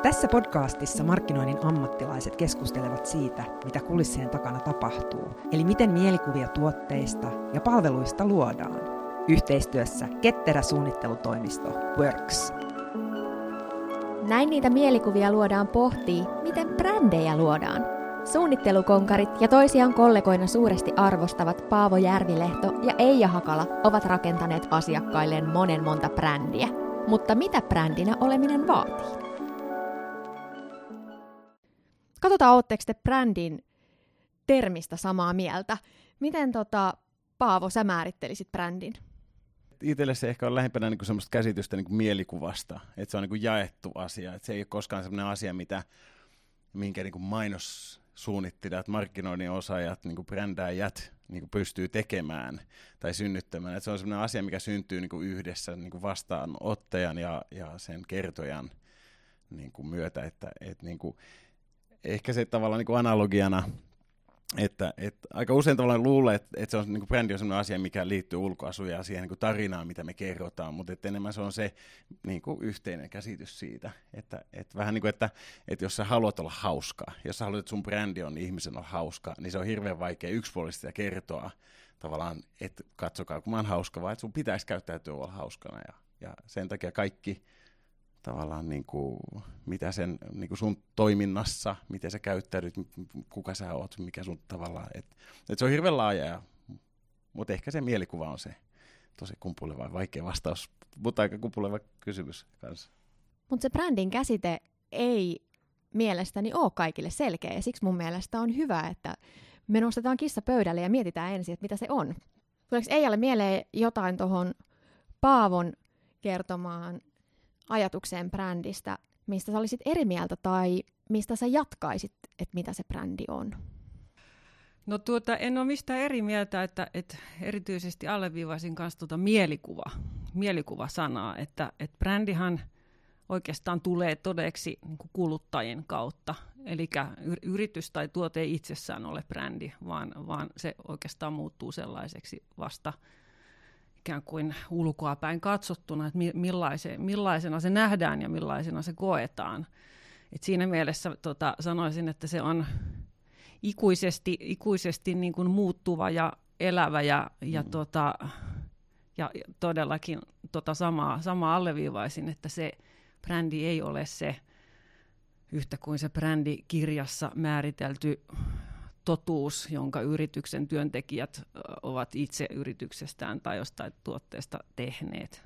Tässä podcastissa markkinoinnin ammattilaiset keskustelevat siitä, mitä kulissien takana tapahtuu, eli miten mielikuvia tuotteista ja palveluista luodaan. Yhteistyössä ketterä suunnittelutoimisto Works. Näin niitä mielikuvia luodaan pohtii, miten brändejä luodaan. Suunnittelukonkarit ja toisiaan kollegoina suuresti arvostavat Paavo Järvilehto ja Eija Hakala ovat rakentaneet asiakkailleen monta brändiä. Mutta mitä brändinä oleminen vaatii? Katsotaan, ootteko te brändin termistä samaa mieltä. Miten Paavo, sä määrittelisit brändin? Itselle se ehkä on lähempänä niin kuin semmoista käsitystä niin kuin mielikuvasta, että se on niin kuin jaettu asia, että se ei ole koskaan semmoinen asia, minkä niin kuin mainossuunnittelijat, markkinoinnin osaajat, niin kuin brändääjät niin kuin pystyy tekemään tai synnyttämään. Että se on semmoinen asia, mikä syntyy niin kuin yhdessä niin kuin vastaanottajan ja sen kertojan niin kuin myötä, että niin kuin, ehkä se tavallaan niin kuin analogiana, että aika usein tavallaan luulee, että se on, niin kuin brändi on sellainen asia, mikä liittyy ulkoasuun ja siihen niin kuin tarinaan, mitä me kerrotaan, mutta enemmän se on se niin kuin yhteinen käsitys siitä, että vähän niin kuin, että jos sä haluat olla hauskaa, jos sä haluat, että sun brändi on ihmisen olla hauska, niin se on hirveän vaikea yksipuolisesti kertoa tavallaan, että katsokaa, kun mä oon hauska, vaan että sun pitäisi käyttäytyä olla hauskana ja sen takia kaikki tavallaan niin kuin, mitä sen niin kuin sun toiminnassa, miten sä käyttäydyt, kuka sä oot, mikä sun tavallaan, että se on hirveän laaja, mutta ehkä se mielikuva on se tosi kumpuleva, vaikea vastaus, mutta aika kumpuleva kysymys kanssa. Mutta se brändin käsite ei mielestäni ole kaikille selkeä, ja siksi mun mielestä on hyvä, että me nostetaan kissa pöydälle ja mietitään ensin, että mitä se on. Tuleeko Eijalle mieleen jotain tuohon Paavon kertomaan ajatukseen brändistä, mistä sä olisit eri mieltä tai mistä sä jatkaisit, että mitä se brändi on? No en ole mistään eri mieltä, että erityisesti alleviivaisin kanssa mielikuva-sanaa, että brändihan oikeastaan tulee todeksi niin kuin kuluttajien kautta. Eli yritys tai tuote ei itsessään ole brändi, vaan se oikeastaan muuttuu sellaiseksi vasta ikään kuin ulkoapäin katsottuna, että millaisena se nähdään ja millaisena se koetaan. Et siinä mielessä sanoisin, että se on ikuisesti niin kuin muuttuva ja elävä ja todellakin samaa alleviivaisin, että se brändi ei ole se yhtä kuin se brändikirjassa määritelty totuus, jonka yrityksen työntekijät ovat itse yrityksestään tai jostain tuotteesta tehneet.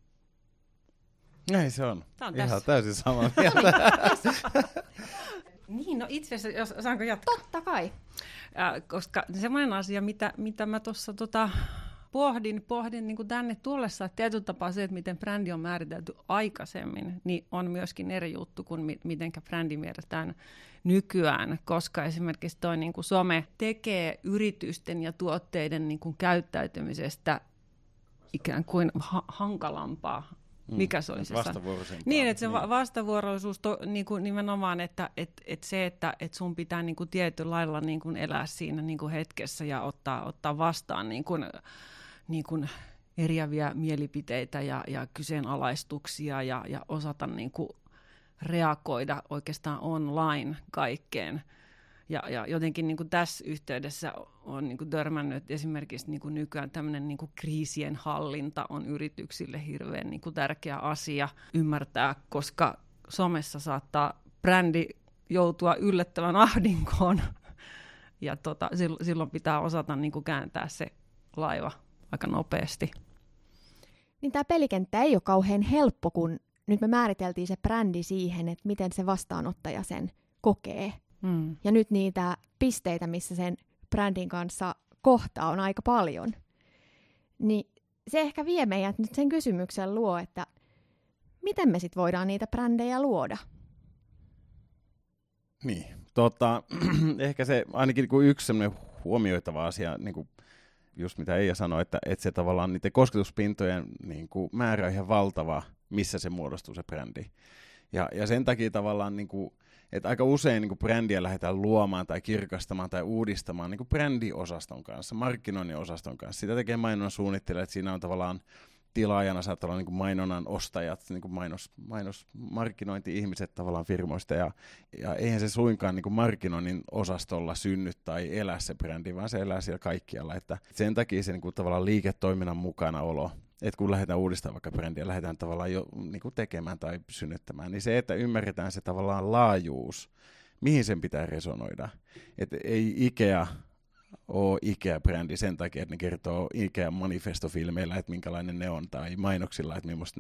Näin se on. Tämä on ihan tässä. täysin samaa mieltä. Niin, no itse asiassa, saanko jatkaa? Totta kai. Koska semmoinen asia, mitä mä tuossa pohdin niin kuin tänne tullessa, että tietyllä tapaa se, että miten brändi on määritelty aikaisemmin, niin on myöskin eri juttu kuin miten brändi määritään nykyään, koska esimerkiksi toi niin kuin some tekee yritysten ja tuotteiden niin kuin käyttäytymisestä ikään kuin hankalampaa. Mikä se oli se vastavuoroisempaa. Niin, että se vastavuoroisuus niin kuin nimenomaan, että se, että sun pitää niin kuin tietyllä lailla niin kuin elää siinä niin kuin hetkessä ja ottaa vastaan niin kuin eriäviä mielipiteitä ja kyseenalaistuksia ja osata niin kuin reagoida oikeastaan online kaikkeen. Ja jotenkin niin kuin tässä yhteydessä on niin kuin törmännyt esimerkiksi niin kuin nykyään tämmöinen niin kuin kriisien hallinta on yrityksille hirveän niin kuin tärkeä asia ymmärtää, koska somessa saattaa brändi joutua yllättävän ahdinkoon ja silloin pitää osata niin kuin kääntää se laiva aika nopeasti. Niin tämä pelikenttä ei ole kauhean helppo, kun nyt me määriteltiin se brändi siihen, että miten se vastaanottaja sen kokee. Ja nyt niitä pisteitä, missä sen brändin kanssa kohtaa, on aika paljon. Niin se ehkä vie meidät nyt sen kysymyksen luo, että miten me sitten voidaan niitä brändejä luoda? Niin, ehkä se ainakin yksi sellainen huomioitava asia, niin kuin just mitä Eija sanoi, että se tavallaan niiden kosketuspintojen niin kuin määrä on ihan valtava, missä se muodostuu se brändi. Ja sen takia tavallaan niin kuin, että aika usein niin kuin brändiä lähdetään luomaan tai kirkastamaan tai uudistamaan niin kuin brändiosaston kanssa, markkinoinnin osaston kanssa. Sitä tekee mainonnan suunnittelijat, että siinä on tavallaan tilaajana saattaa olla niin kuin mainonnan ostajat, niin kuin markkinointi-ihmiset tavallaan firmoista, ja eihän se suinkaan niin kuin markkinoinnin osastolla synny tai elä se brändi, vaan se elää siellä kaikkialla, että sen takia se niin kuin tavallaan liiketoiminnan mukanaolo, että kun lähdetään uudistamaan vaikka brändiä, lähdetään tavallaan jo niin kuin tekemään tai synnyttämään, niin se, että ymmärretään se tavallaan laajuus, mihin sen pitää resonoida, että ei IKEA ole IKEA-brändi sen takia, että ne kertoo IKEA-manifestofilmeillä, että minkälainen ne on, tai mainoksilla, että millaista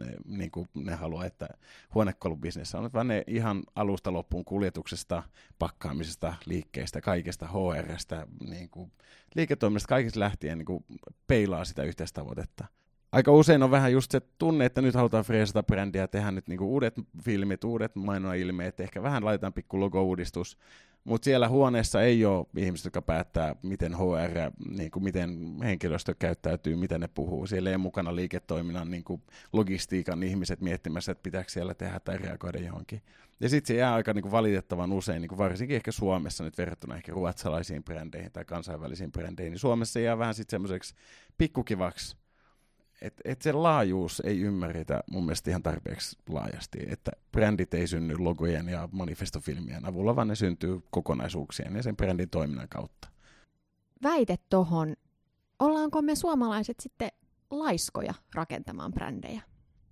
ne haluaa, että huonekalubisnes on, vaan ne ihan alusta loppuun kuljetuksesta, pakkaamisesta, liikkeestä, kaikesta HR:stä, niin kuin liiketoiminnasta, kaikista lähtien niin kuin peilaa sitä yhteistavoitetta. Aika usein on vähän just se tunne, että nyt halutaan freesata brändiä, tehdä nyt niin kuin uudet filmit, uudet mainonnan-ilmeet, ehkä vähän laitetaan pikku logo-uudistus, mutta siellä huoneessa ei ole ihmiset, jotka päättää, miten HR, niin kuin miten henkilöstö käyttäytyy, mitä ne puhuu. Siellä ei ole mukana liiketoiminnan niin kuin logistiikan ihmiset miettimässä, että pitääkö siellä tehdä tai reagoida johonkin. Ja sitten se jää aika niin kuin valitettavan usein, niin kuin varsinkin ehkä Suomessa nyt verrattuna ehkä ruotsalaisiin brändeihin tai kansainvälisiin brändeihin, niin Suomessa jää vähän sitten semmoiseksi pikkukivaksi. Että se laajuus ei ymmärretä mun mielestä ihan tarpeeksi laajasti, että brändit ei synny logojen ja manifestofilmien avulla, vaan ne syntyy kokonaisuuksien ja sen brändin toiminnan kautta. Väite tohon, ollaanko me suomalaiset sitten laiskoja rakentamaan brändejä?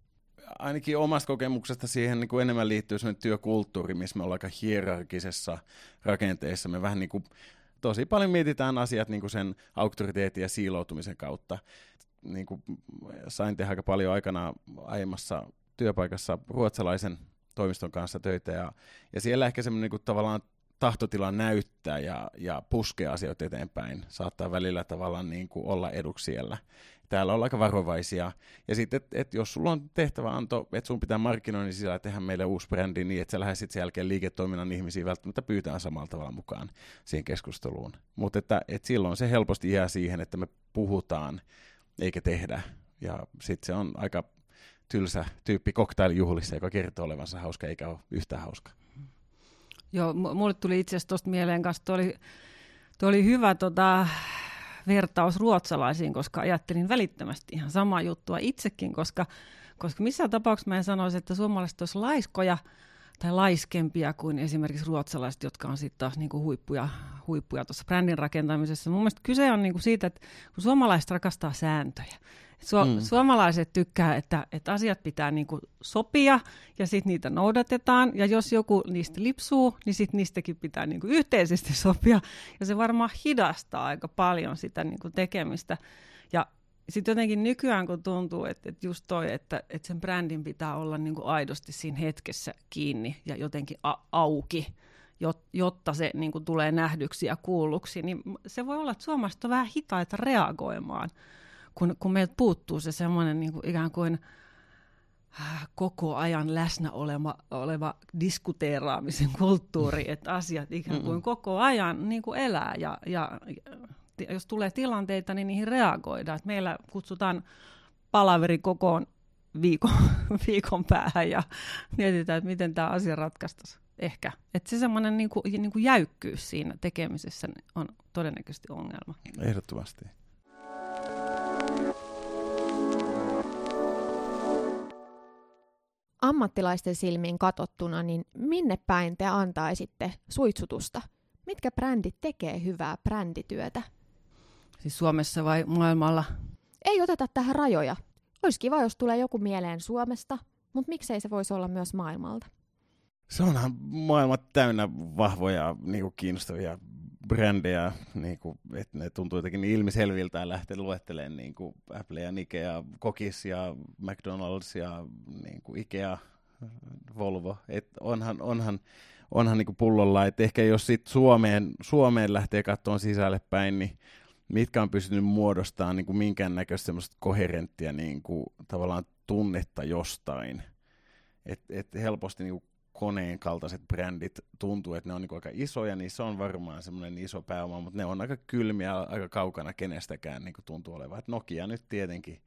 Ainakin omasta kokemuksesta siihen niin kuin enemmän liittyy sellainen työkulttuuri, missä me ollaan aika hierarkisessa rakenteessa. Me vähän niin kuin tosi paljon mietitään asiat niin kuin sen auktoriteetin ja siiloutumisen kautta. Niin kuin sain tehdä aika paljon aikana aiemmassa työpaikassa ruotsalaisen toimiston kanssa töitä, ja siellä ehkä semmoinen niin kuin tavallaan tahtotila näyttää ja puskea asioita eteenpäin, saattaa välillä tavallaan niin kuin olla eduksi siellä. Täällä ollaan aika varovaisia, ja sitten, että jos sulla on tehtäväanto, että sun pitää markkinoinnin sisällä tehdä meille uusi brändi, niin että sä lähdet sitten sen jälkeen liiketoiminnan ihmisiä välttämättä pyytään samalla tavalla mukaan siihen keskusteluun. Mutta että silloin se helposti jää siihen, että me puhutaan eikä tehdä. Ja sitten se on aika tylsä tyyppi cocktailjuhlissa, joka kertoo olevansa hauska eikä ole yhtään hauska. Joo, mulle tuli itse asiassa tuosta mieleen kanssa, tuo oli hyvä vertaus ruotsalaisiin, koska ajattelin välittömästi ihan samaa juttua itsekin, koska missään tapauksessa mä en sanoisi, että suomalaiset olisi laiskoja tai laiskempia kuin esimerkiksi ruotsalaiset, jotka on sitten taas niinku huippuja tuossa brändin rakentamisessa. Mun mielestä kyse on niinku siitä, että kun suomalaiset rakastaa sääntöjä. Suomalaiset tykkää, että asiat pitää niinku sopia ja sitten niitä noudatetaan. Ja jos joku niistä lipsuu, niin sitten niistäkin pitää niinku yhteisesti sopia. Ja se varmaan hidastaa aika paljon sitä niinku tekemistä. Ja sitten jotenkin nykyään, kun tuntuu, että just toi, että sen brändin pitää olla niinku aidosti siinä hetkessä kiinni ja jotenkin auki, jotta se niinku tulee nähdyksi ja kuulluksi, niin se voi olla, että suomalaiset on vähän hitaita reagoimaan, kun meiltä puuttuu se semmoinen niinku ikään kuin koko ajan läsnä oleva diskuteeraamisen kulttuuri, että asiat ikään kuin koko ajan niinku elää ja jos tulee tilanteita, niin niihin reagoidaan. Et meillä kutsutaan palaveri kokoon viikon päähän ja mietitään, että miten tämä asia ratkaistaisiin. Ehkä. Että se semmoinen niinku jäykkyys siinä tekemisessä on todennäköisesti ongelma. Ehdottomasti. Ammattilaisten silmiin katsottuna, niin minne päin te antaisitte suitsutusta? Mitkä brändit tekee hyvää brändityötä? Siis Suomessa vai maailmalla? Ei oteta tähän rajoja. Olisi kiva, jos tulee joku mieleen Suomesta, mutta miksei se voisi olla myös maailmalta? Se onhan maailma täynnä vahvoja, niinku kiinnostavia brändejä, niinku, että ne tuntuu jotenkin niin ilmiselviltään lähteä luettelemaan niinku Apple ja Nike ja Kokis ja McDonald's ja niinku Ikea, Volvo. Et onhan niinku pullolla, että ehkä jos sit Suomeen lähtee katsomaan sisälle päin, niin mitkä on pystynyt muodostamaan niin kuin minkäännäköistä semmoista koherenttia niin kuin, tavallaan tunnetta jostain. Et helposti niin kuin koneen kaltaiset brändit tuntuu, että ne on niin kuin aika isoja, niin se on varmaan semmoinen iso pääoma, mutta ne on aika kylmiä, aika kaukana kenestäkään niin kuin tuntuu olevan. Et Nokia nyt tietenkin.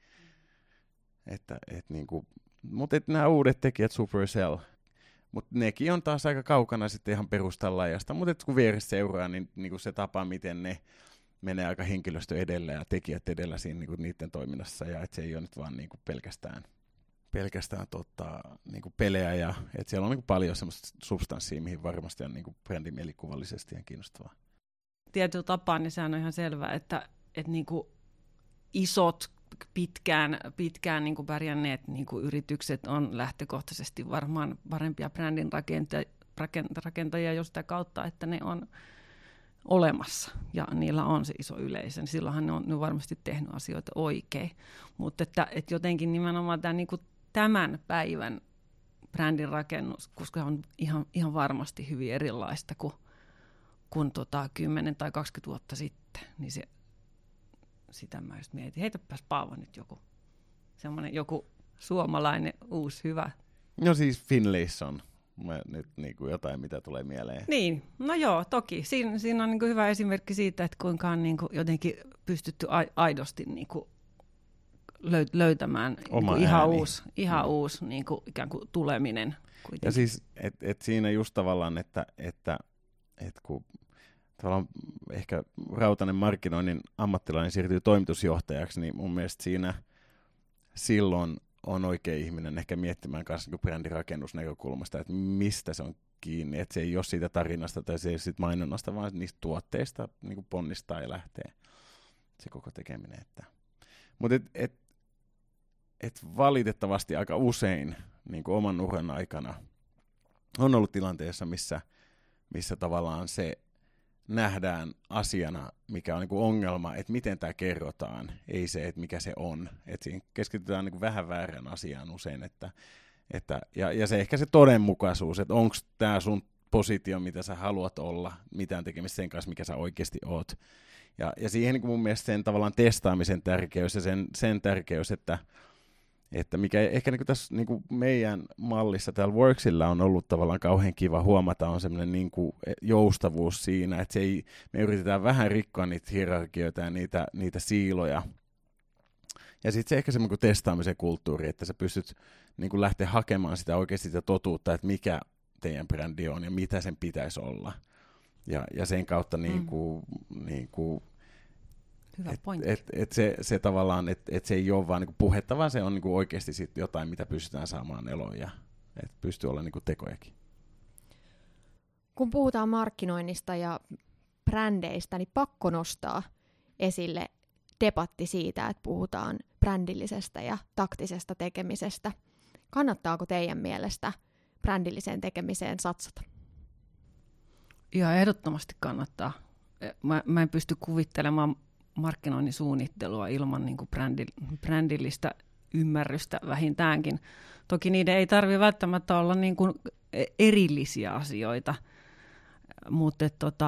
Mutta nämä uudet tekijät, Supercell, mutta nekin on taas aika kaukana sitten ihan perustan laajasta. Mutta kun vieressä seuraa, niin se tapa, miten menee aika henkilöstö edellä ja tekijät edellä siinä niin kuin niiden toiminnassa, ja että se ei ole nyt vaan niin kuin pelkästään niin kuin pelejä, ja että siellä on niin kuin paljon semmoista substanssia, mihin varmasti on niin kuin brändimielikuvallisesti ihan kiinnostavaa. Tietyllä tapaa niin sehän on ihan selvää, että niin kuin isot, pitkään niin kuin pärjänneet niin kuin yritykset on lähtökohtaisesti varmaan parempia brändin rakentajia jo sitä kautta, että ne on olemassa ja niillä on se iso yleisö. Silloinhan ne on varmasti tehnyt asioita oikein. Mutta että jotenkin nimenomaan tämä, niin kuin tämän päivän brändin rakennus, koska se on ihan varmasti hyvin erilaista kuin 10 tai 20 vuotta sitten, niin sitä mä just mietin. Heitäpäs Paavo nyt joku suomalainen uusi hyvä. No siis Finlayson. Nyt niin kuin jotain, mitä tulee mieleen. Niin, no joo, toki. Siinä on niin kuin hyvä esimerkki siitä, että kuinka on niin kuin jotenkin pystytty aidosti niin kuin löytämään niin kuin ihan uusi niin kuin ikään kuin tuleminen. Kuitenkin. Ja siis, että siinä just tavallaan, että kun tavallaan ehkä rautainen markkinoinnin ammattilainen siirtyy toimitusjohtajaksi, niin mun mielestä siinä silloin on oikea ihminen ehkä miettimään kanssa niin brändirakennusnäkökulmasta, että mistä se on kiinni, että se ei ole siitä tarinasta tai se ei ole siitä mainonnasta, vaan niistä tuotteista niin kuin ponnistaa ja lähtee se koko tekeminen. Mutta valitettavasti aika usein niin kuin oman uran aikana on ollut tilanteessa, missä tavallaan se nähdään asiana, mikä on niin kuin ongelma, että miten tämä kerrotaan, ei se, että mikä se on. Että siinä keskitytään niin kuin vähän väärään asiaan usein, ja se ehkä se todenmukaisuus, että onko tämä sun positio, mitä sä haluat olla, mitään tekemistä sen kanssa, mikä sä oikeasti oot. Ja siihen niin kuin mun mielestä sen tavallaan testaamisen tärkeys ja sen tärkeys, että mikä ehkä niin kuin tässä niin kuin meidän mallissa täällä Worksilla on ollut tavallaan kauhean kiva huomata, on semmoinen niin kuin joustavuus siinä, että me yritetään vähän rikkoa niitä hierarkioita ja niitä siiloja. Ja sitten se ehkä semmoinen testaamisen kulttuuri, että sä pystyt niin kuin lähteä hakemaan sitä oikeasti sitä totuutta, että mikä teidän brändi on ja mitä sen pitäisi olla. Ja sen kautta niin kuin hyvä pointti. Se tavallaan, että se ei ole vaan niinku puhetta, vaan se on niinku oikeasti sit jotain, mitä pystytään saamaan eloon ja että pystyy olla niinku tekojakin. Kun puhutaan markkinoinnista ja brändeistä, niin pakko nostaa esille debatti siitä, että puhutaan brändillisestä ja taktisesta tekemisestä. Kannattaako teidän mielestä brändilliseen tekemiseen satsata? Ihan ehdottomasti kannattaa. Mä en pysty kuvittelemaan markkinoinnin suunnittelua ilman niin kuin brändillistä ymmärrystä vähintäänkin. Toki niiden ei tarvitse välttämättä olla niin kuin erillisiä asioita, mutta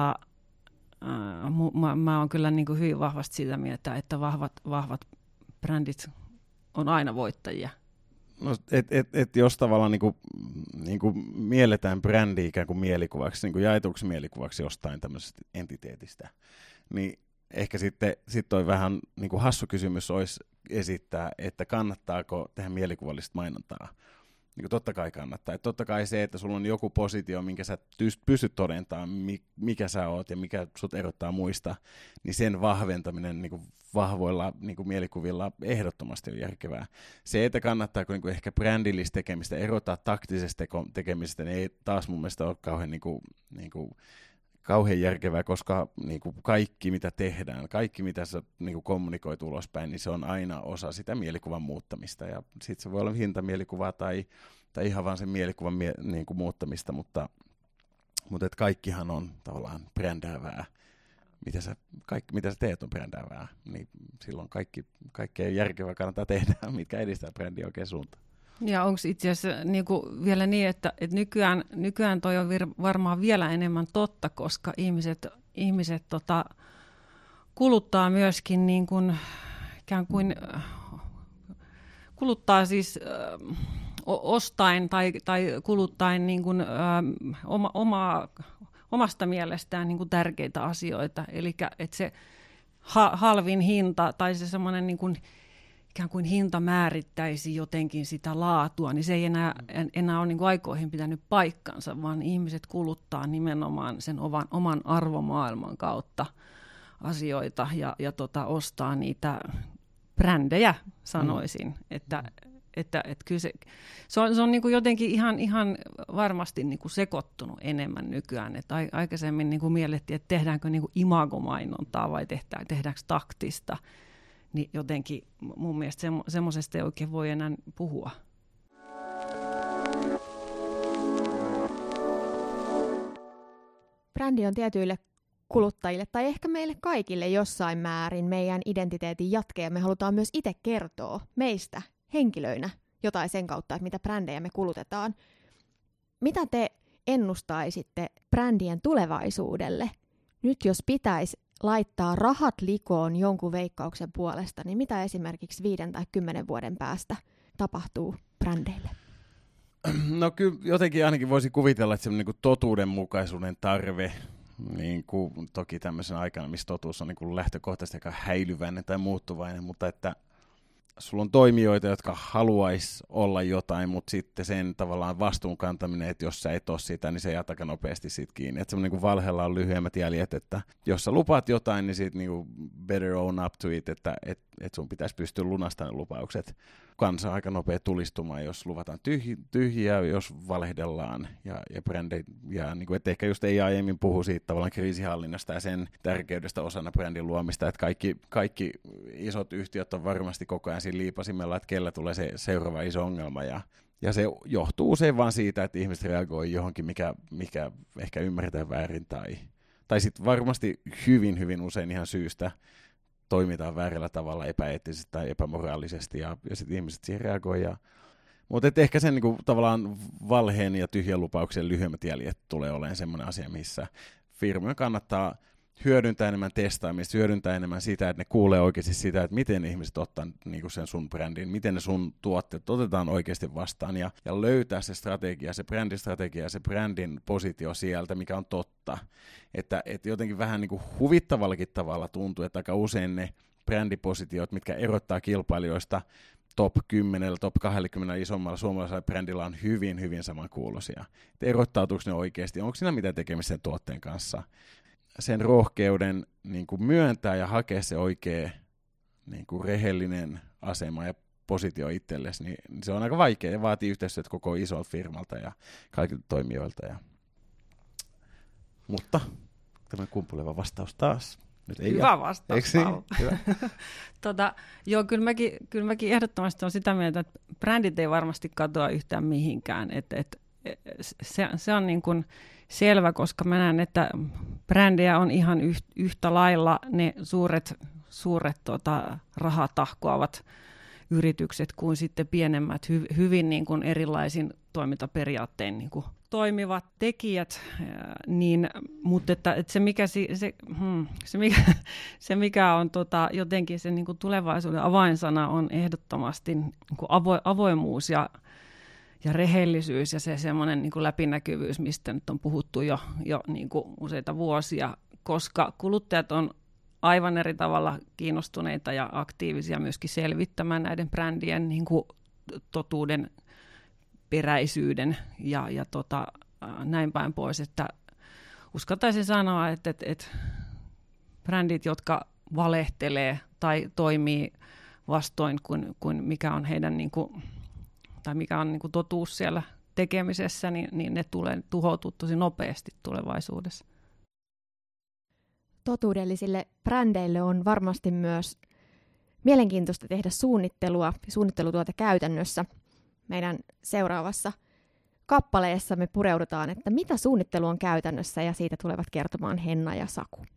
mä oon kyllä niin kuin hyvin vahvasti sitä mieltä, että vahvat brändit on aina voittajia. No, jos tavallaan niinku mielletään brändi ikään kuin mielikuvaksi, niin kuin jaetuksi mielikuvaksi jostain tämmöisestä entiteetistä, niin ehkä sitten toi vähän niin kuin hassu kysymys olisi esittää, että kannattaako tehdä mielikuvallista mainontaa. Niin kuin totta kai kannattaa. Et totta kai se, että sulla on joku positio, minkä sä pystyt todentamaan, mikä sä oot ja mikä sut erottaa muista, niin sen vahventaminen niin kuin vahvoilla niin kuin mielikuvilla ehdottomasti on järkevää. Se, että kannattaako niin kuin ehkä brändillistä tekemistä erottaa taktisesta tekemisestä, niin ei taas mun mielestä ole kauhean järkevää, koska niin kuin kaikki mitä tehdään, kaikki mitä sä niin kuin kommunikoit ulospäin, niin se on aina osa sitä mielikuvan muuttamista. Ja sitten se voi olla hintamielikuva tai ihan vaan sen mielikuvan niin kuin muuttamista, mutta et kaikkihan on tavallaan brändäävää. Mitä sä teet on brändäävää, niin silloin kaikkea järkevää kannattaa tehdä, mitkä edistää brändiä oikein suuntaan. Ja onko itse asiassa vielä niin, että nykyään toi on varmaan vielä enemmän totta, koska ihmiset kuluttaa myöskin niin kuin, ikään kuin kuluttaa siis ostain tai kuluttaen niin kuin, omasta mielestään niin kuin tärkeitä asioita. Eli että se halvin hinta tai se semmoinen niin kuin ikään kuin hinta määrittäisi jotenkin sitä laatua, niin se ei enää ole niin kuin aikoihin pitänyt paikkansa, vaan ihmiset kuluttaa nimenomaan sen oman arvomaailman kautta asioita ja ostaa niitä brändejä, sanoisin. Että kyllä se on niin kuin jotenkin ihan varmasti niin kuin sekoittunut enemmän nykyään. Että aikaisemmin niin kuin miellettiin, että tehdäänkö niin kuin imagomainontaa vai tehdäänkö taktista. Niin jotenkin mun mielestä semmoisesta ei oikein voi enää puhua. Brändi on tietyille kuluttajille tai ehkä meille kaikille jossain määrin meidän identiteetin jatke, ja me halutaan myös itse kertoa meistä henkilöinä jotain sen kautta, että mitä brändejä me kulutetaan. Mitä te ennustaisitte brändien tulevaisuudelle? Nyt jos pitäisi laittaa rahat likoon jonkun veikkauksen puolesta, niin mitä esimerkiksi 5 tai 10 vuoden päästä tapahtuu brändeille? No kyllä jotenkin ainakin voisi kuvitella, että semmoinen niin totuudenmukaisuuden tarve, niin kuin toki tämmöisen aikana, missä totuus on niin kuin lähtökohtaisesti aika häilyväinen tai muuttuvainen, mutta että sulla on toimijoita, jotka haluaisi olla jotain, mutta sitten sen tavallaan vastuun kantaminen, että jos sä et ole sitä, niin se jää aika nopeasti siitä kiinni. Että semmoinen niin kuin valheella on lyhyemmät jäljet, että jos sä lupaat jotain, niin sitten niin kuin better own up to it, että sun pitäisi pystyä lunastamaan ne lupaukset. Kansa on aika nopea tulistumaan, jos luvataan tyhjiä, jos valehdellaan ja brändi, ja niin kuin, että ehkä just ei aiemmin puhu siitä tavallaan kriisihallinnasta ja sen tärkeydestä osana brändin luomista, että kaikki isot yhtiöt on varmasti koko ajan siinä liipasimella, että kellä tulee se seuraava iso ongelma, ja se johtuu usein vaan siitä, että ihmiset reagoi johonkin, mikä ehkä ymmärretään väärin, tai sitten varmasti hyvin usein ihan syystä toimitaan väärällä tavalla, epäeettisesti tai epämoraalisesti, ja sitten ihmiset siihen reagoivat. Mutta ehkä sen niinku, tavallaan valheen ja tyhjän lupauksen lyhyemmät jäljet tulee olemaan sellainen asia, missä firmojen kannattaa hyödyntää enemmän testaamista, hyödyntää enemmän sitä, että ne kuulee oikeasti sitä, että miten ihmiset ottaa niinku sen sun brändin, miten ne sun tuotteet otetaan oikeasti vastaan, ja löytää se strategia, se brändistrategia ja se brändin positio sieltä, mikä on totta. Että jotenkin vähän niinku huvittavallakin tavalla tuntuu, että aika usein ne brändipositiot, mitkä erottaa kilpailijoista top 10, top 20 isommalla suomalaisella brändillä on hyvin samankuuloisia. Että erottautuuko ne oikeasti, onko siinä mitä tekemistä sen tuotteen kanssa? Sen rohkeuden niin kuin myöntää ja hakea se oikea niin kuin rehellinen asema ja positio itsellesi, niin se on aika vaikea ja vaatii yhteistyötä koko isolta firmalta ja kaikilta toimijoilta. Mutta tämä kumpuleva vastaus taas. Nyt ei hyvä vastaus. Hyvä. Joo, kyllä mäkin ehdottomasti on sitä mieltä, että brändit ei varmasti katoa yhtään mihinkään. Se on niin kuin selvä, koska mä näen, että brändejä on ihan yhtä lailla ne suuret rahaa tahkoavat yritykset kuin sitten pienemmät, hyvin niin kuin erilaisin toimintaperiaattein niin kuin toimivat tekijät, niin, mutta että se mikä on jotenkin se niin kuin tulevaisuuden avainsana on ehdottomasti niin kuin avoimuus ja rehellisyys ja se semmoinen niin kuin läpinäkyvyys, mistä nyt on puhuttu jo niin kuin useita vuosia, koska kuluttajat on aivan eri tavalla kiinnostuneita ja aktiivisia myöskin selvittämään näiden brändien niin kuin totuuden peräisyyden ja näin päin pois, että uskaltaisin sanoa, että brändit, jotka valehtelee tai toimii vastoin kuin mikä on heidän niin kuin, tai mikä on niin kuin totuus siellä tekemisessä, niin ne tulee tuhoutua tosi nopeasti tulevaisuudessa. Totuudellisille brändeille on varmasti myös mielenkiintoista tehdä suunnittelutyötä käytännössä. Meidän seuraavassa kappaleessa me pureudutaan, että mitä suunnittelu on käytännössä, ja siitä tulevat kertomaan Henna ja Saku.